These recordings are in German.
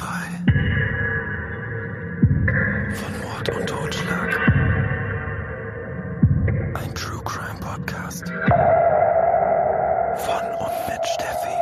frei von Mord und Totschlag. Ein True Crime Podcast von und mit Steffi.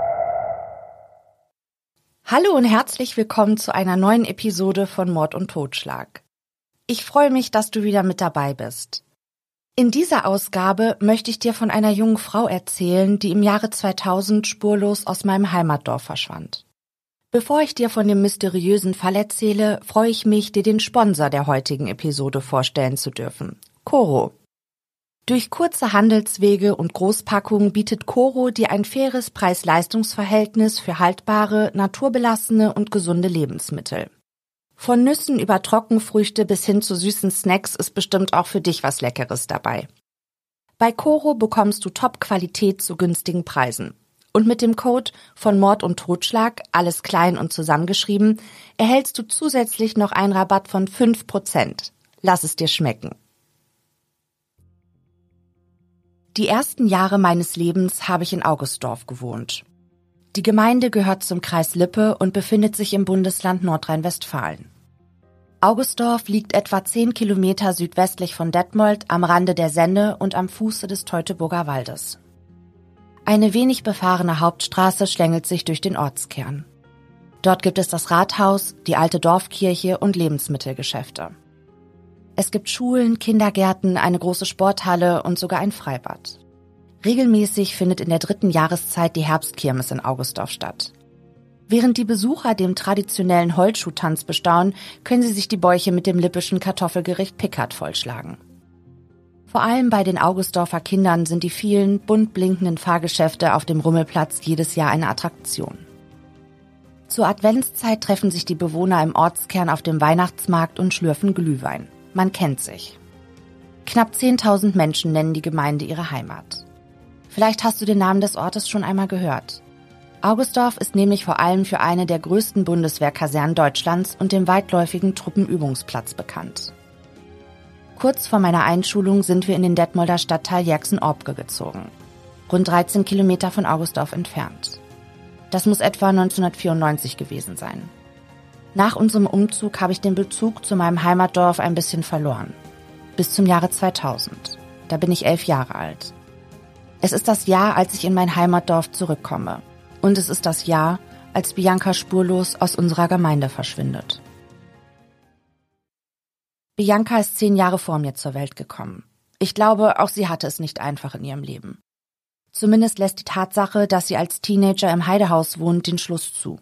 Hallo und herzlich willkommen zu einer neuen Episode von Mord und Totschlag. Ich freue mich, dass du wieder mit dabei bist. In dieser Ausgabe möchte ich dir von einer jungen Frau erzählen, die im Jahre 2000 spurlos aus meinem Heimatdorf verschwand. Bevor ich dir von dem mysteriösen Fall erzähle, freue ich mich, dir den Sponsor der heutigen Episode vorstellen zu dürfen: Coro. Durch kurze Handelswege und Großpackungen bietet Coro dir ein faires Preis-Leistungs-Verhältnis für haltbare, naturbelassene und gesunde Lebensmittel. Von Nüssen über Trockenfrüchte bis hin zu süßen Snacks ist bestimmt auch für dich was Leckeres dabei. Bei Coro bekommst du Top-Qualität zu günstigen Preisen. Und mit dem Code von Mord und Totschlag, alles klein und zusammengeschrieben, erhältst du zusätzlich noch einen Rabatt von 5%. Lass es dir schmecken. Die ersten Jahre meines Lebens habe ich in Augustdorf gewohnt. Die Gemeinde gehört zum Kreis Lippe und befindet sich im Bundesland Nordrhein-Westfalen. Augustdorf liegt etwa 10 Kilometer südwestlich von Detmold am Rande der Senne und am Fuße des Teutoburger Waldes. Eine wenig befahrene Hauptstraße schlängelt sich durch den Ortskern. Dort gibt es das Rathaus, die alte Dorfkirche und Lebensmittelgeschäfte. Es gibt Schulen, Kindergärten, eine große Sporthalle und sogar ein Freibad. Regelmäßig findet in der 3. Jahreszeit die Herbstkirmes in Augustdorf statt. Während die Besucher den traditionellen Holzschuhtanz bestaunen, können sie sich die Bäuche mit dem lippischen Kartoffelgericht Pickard vollschlagen. Vor allem bei den Augustdorfer Kindern sind die vielen bunt blinkenden Fahrgeschäfte auf dem Rummelplatz jedes Jahr eine Attraktion. Zur Adventszeit treffen sich die Bewohner im Ortskern auf dem Weihnachtsmarkt und schlürfen Glühwein. Man kennt sich. Knapp 10.000 Menschen nennen die Gemeinde ihre Heimat. Vielleicht hast du den Namen des Ortes schon einmal gehört. Augustdorf ist nämlich vor allem für eine der größten Bundeswehrkasernen Deutschlands und den weitläufigen Truppenübungsplatz bekannt. Kurz vor meiner Einschulung sind wir in den Detmolder Stadtteil Jerxen-Orbge gezogen, rund 13 Kilometer von Augustdorf entfernt. Das muss etwa 1994 gewesen sein. Nach unserem Umzug habe ich den Bezug zu meinem Heimatdorf ein bisschen verloren. Bis zum Jahre 2000. Da bin ich 11 Jahre alt. Es ist das Jahr, als ich in mein Heimatdorf zurückkomme. Und es ist das Jahr, als Bianca spurlos aus unserer Gemeinde verschwindet. Bianca ist 10 Jahre vor mir zur Welt gekommen. Ich glaube, auch sie hatte es nicht einfach in ihrem Leben. Zumindest lässt die Tatsache, dass sie als Teenager im Heidehaus wohnt, den Schluss zu.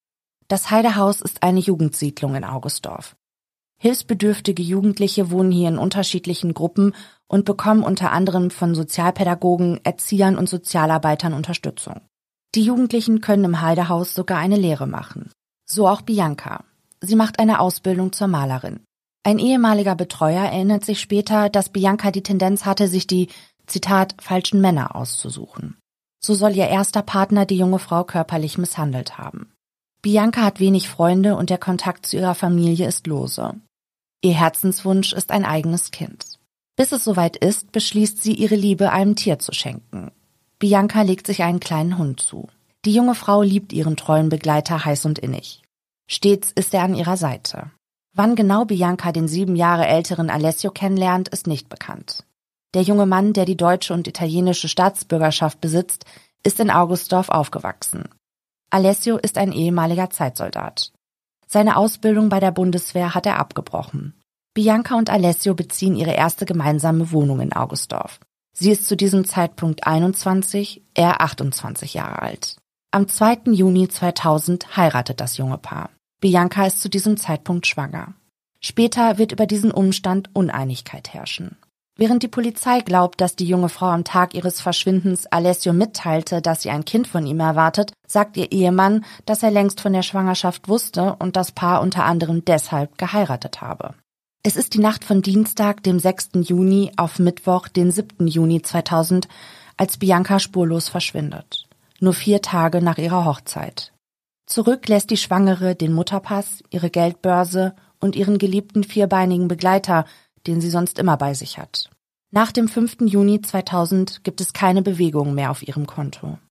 Das Heidehaus ist eine Jugendsiedlung in Augustdorf. Hilfsbedürftige Jugendliche wohnen hier in unterschiedlichen Gruppen und bekommen unter anderem von Sozialpädagogen, Erziehern und Sozialarbeitern Unterstützung. Die Jugendlichen können im Heidehaus sogar eine Lehre machen. So auch Bianca. Sie macht eine Ausbildung zur Malerin. Ein ehemaliger Betreuer erinnert sich später, dass Bianca die Tendenz hatte, sich die, Zitat, falschen Männer auszusuchen. So soll ihr erster Partner die junge Frau körperlich misshandelt haben. Bianca hat wenig Freunde und der Kontakt zu ihrer Familie ist lose. Ihr Herzenswunsch ist ein eigenes Kind. Bis es soweit ist, beschließt sie, ihre Liebe einem Tier zu schenken. Bianca legt sich einen kleinen Hund zu. Die junge Frau liebt ihren treuen Begleiter heiß und innig. Stets ist er an ihrer Seite. Wann genau Bianca den 7 Jahre älteren Alessio kennenlernt, ist nicht bekannt. Der junge Mann, der die deutsche und italienische Staatsbürgerschaft besitzt, ist in Augustdorf aufgewachsen. Alessio ist ein ehemaliger Zeitsoldat. Seine Ausbildung bei der Bundeswehr hat er abgebrochen. Bianca und Alessio beziehen ihre erste gemeinsame Wohnung in Augustdorf. Sie ist zu diesem Zeitpunkt 21, er 28 Jahre alt. Am 2. Juni 2000 heiratet das junge Paar. Bianca ist zu diesem Zeitpunkt schwanger. Später wird über diesen Umstand Uneinigkeit herrschen. Während die Polizei glaubt, dass die junge Frau am Tag ihres Verschwindens Alessio mitteilte, dass sie ein Kind von ihm erwartet, sagt ihr Ehemann, dass er längst von der Schwangerschaft wusste und das Paar unter anderem deshalb geheiratet habe. Es ist die Nacht von Dienstag, dem 6. Juni, auf Mittwoch, den 7. Juni 2000, als Bianca spurlos verschwindet. Nur 4 Tage nach ihrer Hochzeit. Zurück lässt die Schwangere den Mutterpass, ihre Geldbörse und ihren geliebten vierbeinigen Begleiter, den sie sonst immer bei sich hat. Nach dem 5. Juni 2000 gibt es keine Bewegung mehr auf ihrem Konto.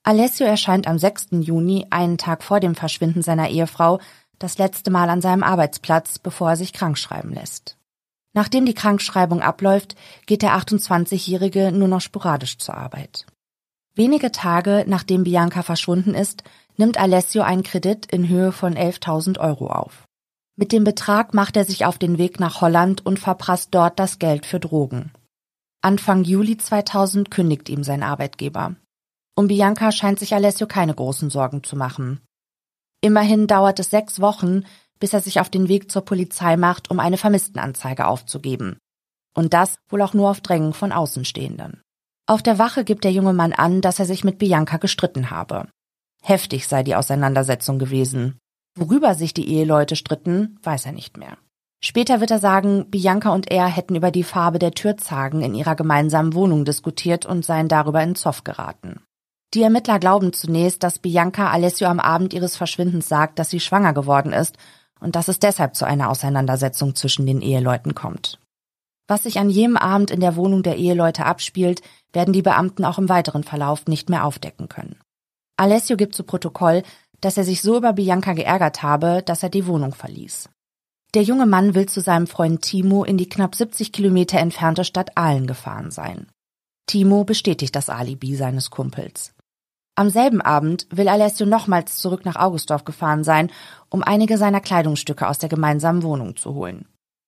Alessio erscheint am 6. Juni, einen Tag vor dem Verschwinden seiner Ehefrau, das letzte Mal an seinem Arbeitsplatz, bevor er sich krankschreiben lässt. Nachdem die Krankschreibung abläuft, geht der 28-Jährige nur noch sporadisch zur Arbeit. Wenige Tage nachdem Bianca verschwunden ist, nimmt Alessio einen Kredit in Höhe von 11.000 € auf. Mit dem Betrag macht er sich auf den Weg nach Holland und verprasst dort das Geld für Drogen. Anfang Juli 2000 kündigt ihm sein Arbeitgeber. Um Bianca scheint sich Alessio keine großen Sorgen zu machen. Immerhin dauert es 6 Wochen, bis er sich auf den Weg zur Polizei macht, um eine Vermisstenanzeige aufzugeben. Und das wohl auch nur auf Drängen von Außenstehenden. Auf der Wache gibt der junge Mann an, dass er sich mit Bianca gestritten habe. Heftig sei die Auseinandersetzung gewesen. Worüber sich die Eheleute stritten, weiß er nicht mehr. Später wird er sagen, Bianca und er hätten über die Farbe der Türzagen in ihrer gemeinsamen Wohnung diskutiert und seien darüber in Zoff geraten. Die Ermittler glauben zunächst, dass Bianca Alessio am Abend ihres Verschwindens sagt, dass sie schwanger geworden ist und dass es deshalb zu einer Auseinandersetzung zwischen den Eheleuten kommt. Was sich an jenem Abend in der Wohnung der Eheleute abspielt, werden die Beamten auch im weiteren Verlauf nicht mehr aufdecken können. Alessio gibt zu Protokoll, dass er sich so über Bianca geärgert habe, dass er die Wohnung verließ. Der junge Mann will zu seinem Freund Timo in die knapp 70 Kilometer entfernte Stadt Aalen gefahren sein. Timo bestätigt das Alibi seines Kumpels. Am selben Abend will Alessio nochmals zurück nach Augustdorf gefahren sein, um einige seiner Kleidungsstücke aus der gemeinsamen Wohnung zu holen.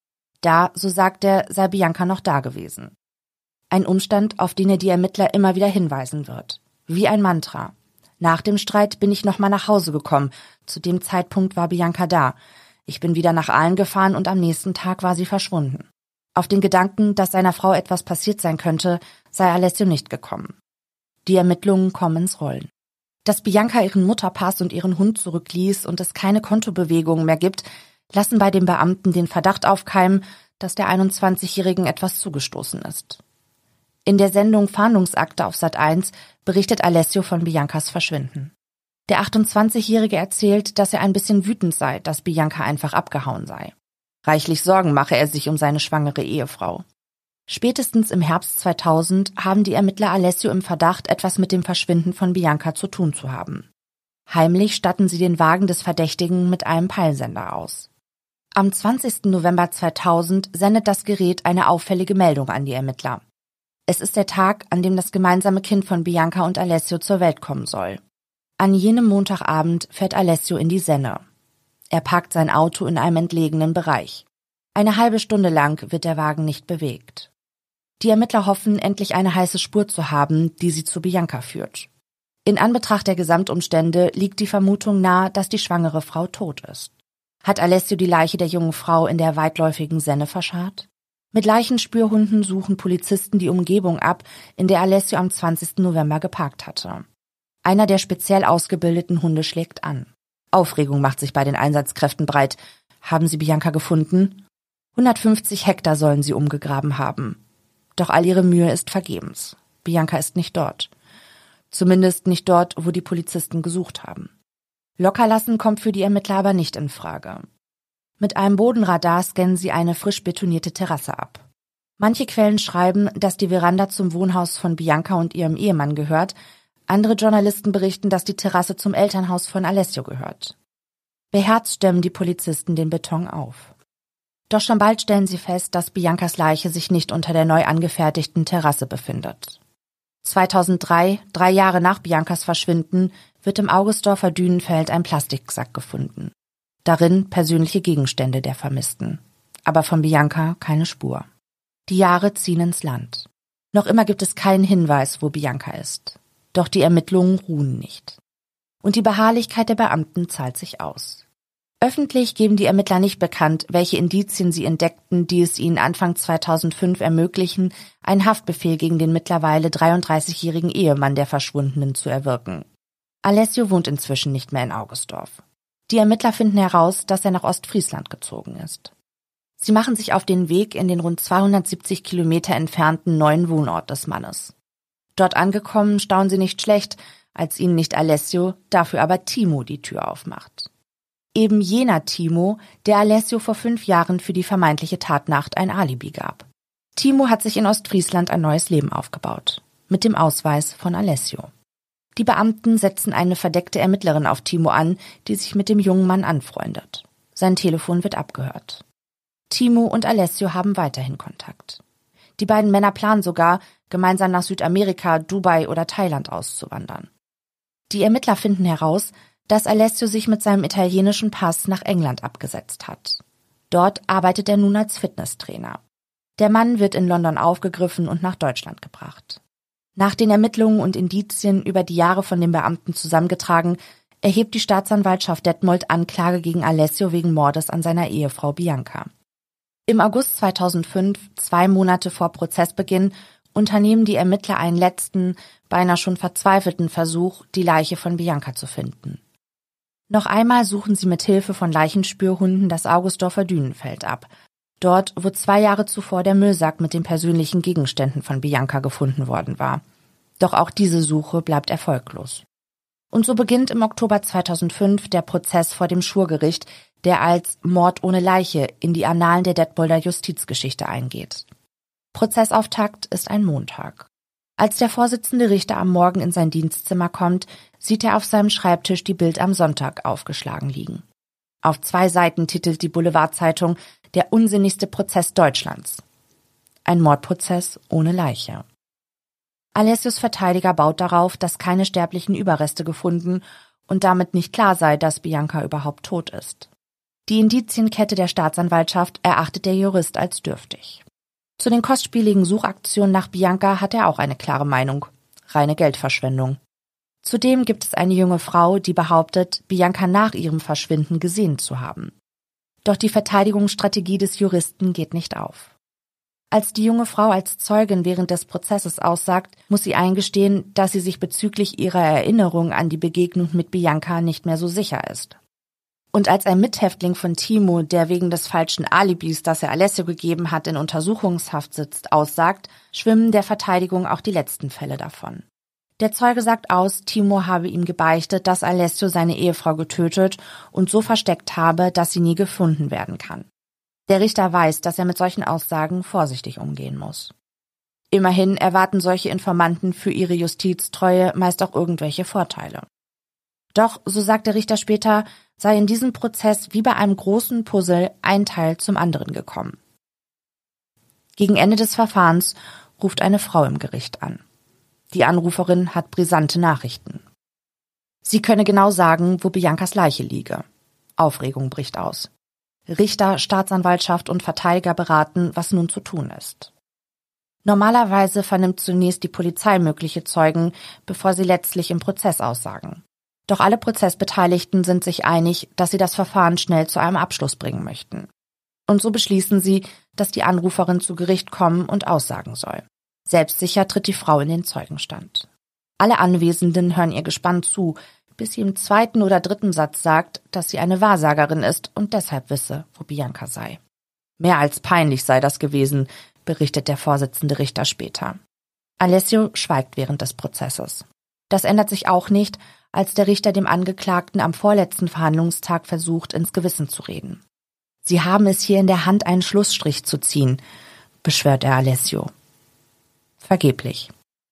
Da, so sagt er, sei Bianca noch da gewesen. Ein Umstand, auf den er die Ermittler immer wieder hinweisen wird. Wie ein Mantra. Nach dem Streit bin ich nochmal nach Hause gekommen. Zu dem Zeitpunkt war Bianca da. Ich bin wieder nach Aalen gefahren und am nächsten Tag war sie verschwunden. Auf den Gedanken, dass seiner Frau etwas passiert sein könnte, sei Alessio nicht gekommen. Die Ermittlungen kommen ins Rollen. Dass Bianca ihren Mutterpass und ihren Hund zurückließ und es keine Kontobewegungen mehr gibt, lassen bei den Beamten den Verdacht aufkeimen, dass der 21-Jährigen etwas zugestoßen ist. In der Sendung Fahndungsakte auf Sat.1 berichtet Alessio von Biancas Verschwinden. Der 28-Jährige erzählt, dass er ein bisschen wütend sei, dass Bianca einfach abgehauen sei. Reichlich Sorgen mache er sich um seine schwangere Ehefrau. Spätestens im Herbst 2000 haben die Ermittler Alessio im Verdacht, etwas mit dem Verschwinden von Bianca zu tun zu haben. Heimlich statten sie den Wagen des Verdächtigen mit einem Peilsender aus. Am 20. November 2000 sendet das Gerät eine auffällige Meldung an die Ermittler. Es ist der Tag, an dem das gemeinsame Kind von Bianca und Alessio zur Welt kommen soll. An jenem Montagabend fährt Alessio in die Senne. Er parkt sein Auto in einem entlegenen Bereich. Eine halbe Stunde lang wird der Wagen nicht bewegt. Die Ermittler hoffen, endlich eine heiße Spur zu haben, die sie zu Bianca führt. In Anbetracht der Gesamtumstände liegt die Vermutung nahe, dass die schwangere Frau tot ist. Hat Alessio die Leiche der jungen Frau in der weitläufigen Senne verscharrt? Mit Leichenspürhunden suchen Polizisten die Umgebung ab, in der Alessio am 20. November geparkt hatte. Einer der speziell ausgebildeten Hunde schlägt an. Aufregung macht sich bei den Einsatzkräften breit. Haben sie Bianca gefunden? 150 Hektar sollen sie umgegraben haben. Doch all ihre Mühe ist vergebens. Bianca ist nicht dort. Zumindest nicht dort, wo die Polizisten gesucht haben. Lockerlassen kommt für die Ermittler aber nicht in Frage. Mit einem Bodenradar scannen sie eine frisch betonierte Terrasse ab. Manche Quellen schreiben, dass die Veranda zum Wohnhaus von Bianca und ihrem Ehemann gehört. Andere Journalisten berichten, dass die Terrasse zum Elternhaus von Alessio gehört. Beherzt stemmen die Polizisten den Beton auf. Doch schon bald stellen sie fest, dass Biancas Leiche sich nicht unter der neu angefertigten Terrasse befindet. 2003, 3 Jahre nach Biancas Verschwinden, wird im Augustdorfer Dünenfeld ein Plastiksack gefunden. Darin persönliche Gegenstände der Vermissten. Aber von Bianca keine Spur. Die Jahre ziehen ins Land. Noch immer gibt es keinen Hinweis, wo Bianca ist. Doch die Ermittlungen ruhen nicht. Und die Beharrlichkeit der Beamten zahlt sich aus. Öffentlich geben die Ermittler nicht bekannt, welche Indizien sie entdeckten, die es ihnen Anfang 2005 ermöglichen, einen Haftbefehl gegen den mittlerweile 33-jährigen Ehemann der Verschwundenen zu erwirken. Alessio wohnt inzwischen nicht mehr in Augustdorf. Die Ermittler finden heraus, dass er nach Ostfriesland gezogen ist. Sie machen sich auf den Weg in den rund 270 Kilometer entfernten neuen Wohnort des Mannes. Dort angekommen staunen sie nicht schlecht, als ihnen nicht Alessio, dafür aber Timo die Tür aufmacht. Eben jener Timo, der Alessio vor 5 Jahren für die vermeintliche Tatnacht ein Alibi gab. Timo hat sich in Ostfriesland ein neues Leben aufgebaut. Mit dem Ausweis von Alessio. Die Beamten setzen eine verdeckte Ermittlerin auf Timo an, die sich mit dem jungen Mann anfreundet. Sein Telefon wird abgehört. Timo und Alessio haben weiterhin Kontakt. Die beiden Männer planen sogar, gemeinsam nach Südamerika, Dubai oder Thailand auszuwandern. Die Ermittler finden heraus, dass Alessio sich mit seinem italienischen Pass nach England abgesetzt hat. Dort arbeitet er nun als Fitnesstrainer. Der Mann wird in London aufgegriffen und nach Deutschland gebracht. Nach den Ermittlungen und Indizien über die Jahre von den Beamten zusammengetragen, erhebt die Staatsanwaltschaft Detmold Anklage gegen Alessio wegen Mordes an seiner Ehefrau Bianca. Im August 2005, 2 Monate vor Prozessbeginn, unternehmen die Ermittler einen letzten, beinahe schon verzweifelten Versuch, die Leiche von Bianca zu finden. Noch einmal suchen sie mit Hilfe von Leichenspürhunden das Augustdorfer Dünenfeld ab. Dort, wo 2 Jahre zuvor der Müllsack mit den persönlichen Gegenständen von Bianca gefunden worden war. Doch auch diese Suche bleibt erfolglos. Und so beginnt im Oktober 2005 der Prozess vor dem Schwurgericht, der als Mord ohne Leiche in die Annalen der Detmolder Justizgeschichte eingeht. Prozessauftakt ist ein Montag. Als der Vorsitzende Richter am Morgen in sein Dienstzimmer kommt, sieht er auf seinem Schreibtisch die Bild am Sonntag aufgeschlagen liegen. Auf 2 Seiten titelt die Boulevardzeitung »Der unsinnigste Prozess Deutschlands«. Ein Mordprozess ohne Leiche. Alessios Verteidiger baut darauf, dass keine sterblichen Überreste gefunden und damit nicht klar sei, dass Bianca überhaupt tot ist. Die Indizienkette der Staatsanwaltschaft erachtet der Jurist als dürftig. Zu den kostspieligen Suchaktionen nach Bianca hat er auch eine klare Meinung: reine Geldverschwendung. Zudem gibt es eine junge Frau, die behauptet, Bianca nach ihrem Verschwinden gesehen zu haben. Doch die Verteidigungsstrategie des Juristen geht nicht auf. Als die junge Frau als Zeugin während des Prozesses aussagt, muss sie eingestehen, dass sie sich bezüglich ihrer Erinnerung an die Begegnung mit Bianca nicht mehr so sicher ist. Und als ein Mithäftling von Timo, der wegen des falschen Alibis, das er Alessio gegeben hat, in Untersuchungshaft sitzt, aussagt, schwimmen der Verteidigung auch die letzten Fälle davon. Der Zeuge sagt aus, Timo habe ihm gebeichtet, dass Alessio seine Ehefrau getötet und so versteckt habe, dass sie nie gefunden werden kann. Der Richter weiß, dass er mit solchen Aussagen vorsichtig umgehen muss. Immerhin erwarten solche Informanten für ihre Justiztreue meist auch irgendwelche Vorteile. Doch, so sagt der Richter später, sei in diesem Prozess wie bei einem großen Puzzle ein Teil zum anderen gekommen. Gegen Ende des Verfahrens ruft eine Frau im Gericht an. Die Anruferin hat brisante Nachrichten. Sie könne genau sagen, wo Biancas Leiche liege. Aufregung bricht aus. Richter, Staatsanwaltschaft und Verteidiger beraten, was nun zu tun ist. Normalerweise vernimmt zunächst die Polizei mögliche Zeugen, bevor sie letztlich im Prozess aussagen. Doch alle Prozessbeteiligten sind sich einig, dass sie das Verfahren schnell zu einem Abschluss bringen möchten. Und so beschließen sie, dass die Anruferin zu Gericht kommen und aussagen soll. Selbstsicher tritt die Frau in den Zeugenstand. Alle Anwesenden hören ihr gespannt zu, bis sie im 2. oder 3. Satz sagt, dass sie eine Wahrsagerin ist und deshalb wisse, wo Bianca sei. Mehr als peinlich sei das gewesen, berichtet der Vorsitzende Richter später. Alessio schweigt während des Prozesses. Das ändert sich auch nicht, als der Richter dem Angeklagten am vorletzten Verhandlungstag versucht, ins Gewissen zu reden. Sie haben es hier in der Hand, einen Schlussstrich zu ziehen, beschwört er Alessio. Vergeblich.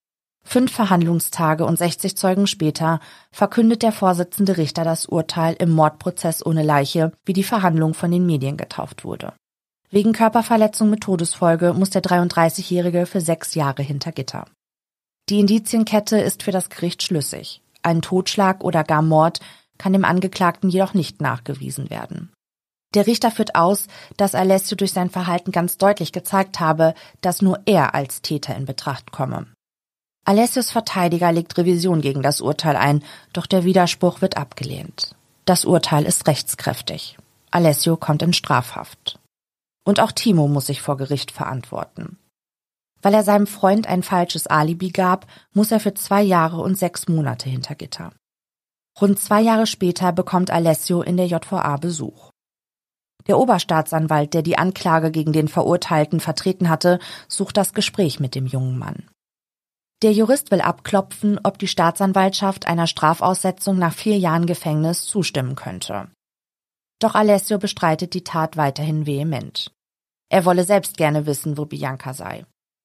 5 Verhandlungstage und 60 Zeugen später verkündet der Vorsitzende Richter das Urteil im Mordprozess ohne Leiche, wie die Verhandlung von den Medien getauft wurde. Wegen Körperverletzung mit Todesfolge muss der 33-Jährige für 6 Jahre hinter Gitter. Die Indizienkette ist für das Gericht schlüssig. Ein Totschlag oder gar Mord kann dem Angeklagten jedoch nicht nachgewiesen werden. Der Richter führt aus, dass Alessio durch sein Verhalten ganz deutlich gezeigt habe, dass nur er als Täter in Betracht komme. Alessios Verteidiger legt Revision gegen das Urteil ein, doch der Widerspruch wird abgelehnt. Das Urteil ist rechtskräftig. Alessio kommt in Strafhaft. Und auch Timo muss sich vor Gericht verantworten. Weil er seinem Freund ein falsches Alibi gab, muss er für 2 Jahre und 6 Monate hinter Gitter. Rund 2 Jahre später bekommt Alessio in der JVA Besuch. Der Oberstaatsanwalt, der die Anklage gegen den Verurteilten vertreten hatte, sucht das Gespräch mit dem jungen Mann. Der Jurist will abklopfen, ob die Staatsanwaltschaft einer Strafaussetzung nach 4 Jahren Gefängnis zustimmen könnte. Doch Alessio bestreitet die Tat weiterhin vehement. Er wolle selbst gerne wissen, wo Bianca sei.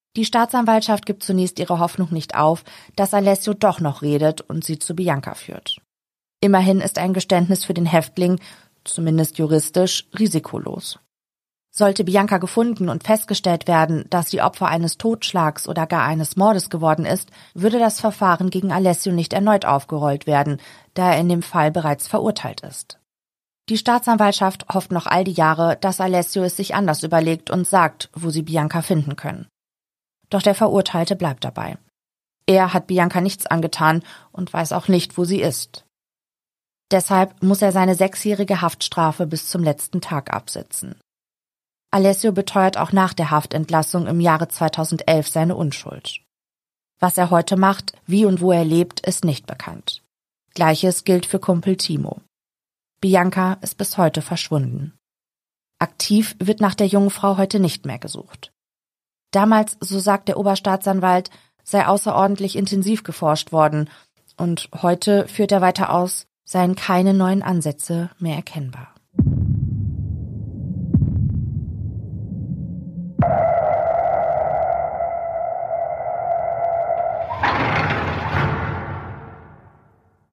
Die Staatsanwaltschaft gibt zunächst ihre Hoffnung nicht auf, dass Alessio doch noch redet und sie zu Bianca führt. Immerhin ist ein Geständnis für den Häftling, zumindest juristisch, risikolos. Sollte Bianca gefunden und festgestellt werden, dass sie Opfer eines Totschlags oder gar eines Mordes geworden ist, würde das Verfahren gegen Alessio nicht erneut aufgerollt werden, da er in dem Fall bereits verurteilt ist. Die Staatsanwaltschaft hofft noch all die Jahre, dass Alessio es sich anders überlegt und sagt, wo sie Bianca finden können. Doch der Verurteilte bleibt dabei. Er hat Bianca nichts angetan und weiß auch nicht, wo sie ist. Deshalb muss er seine 6-jährige Haftstrafe bis zum letzten Tag absitzen. Alessio beteuert auch nach der Haftentlassung im Jahre 2011 seine Unschuld. Was er heute macht, wie und wo er lebt, ist nicht bekannt. Gleiches gilt für Kumpel Timo. Bianca ist bis heute verschwunden. Aktiv wird nach der jungen Frau heute nicht mehr gesucht. Damals, so sagt der Oberstaatsanwalt, sei außerordentlich intensiv geforscht worden und heute, führt er weiter aus, seien keine neuen Ansätze mehr erkennbar.